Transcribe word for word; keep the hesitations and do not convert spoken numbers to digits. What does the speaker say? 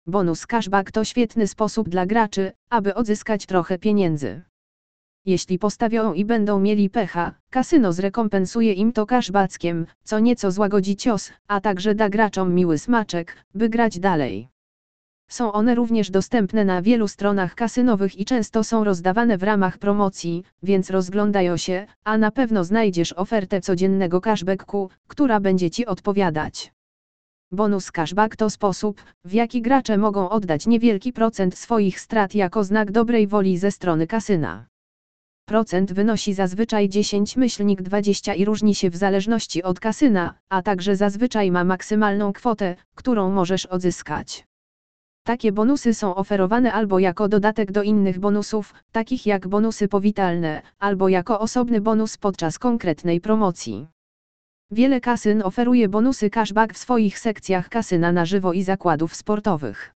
Bonus cashback to świetny sposób dla graczy, aby odzyskać trochę pieniędzy. Jeśli postawią i będą mieli pecha, kasyno zrekompensuje im to cashbackiem, co nieco złagodzi cios, a także da graczom miły smaczek, by grać dalej. Są one również dostępne na wielu stronach kasynowych i często są rozdawane w ramach promocji, więc rozglądaj się, a na pewno znajdziesz ofertę codziennego cashbacku, która będzie Ci odpowiadać. Bonus cashback to sposób, w jaki gracze mogą oddać niewielki procent swoich strat jako znak dobrej woli ze strony kasyna. Procent wynosi zazwyczaj dziesięć dwadzieścia i różni się w zależności od kasyna, a także zazwyczaj ma maksymalną kwotę, którą możesz odzyskać. Takie bonusy są oferowane albo jako dodatek do innych bonusów, takich jak bonusy powitalne, albo jako osobny bonus podczas konkretnej promocji. Wiele kasyn oferuje bonusy cashback w swoich sekcjach kasyna na żywo i zakładów sportowych.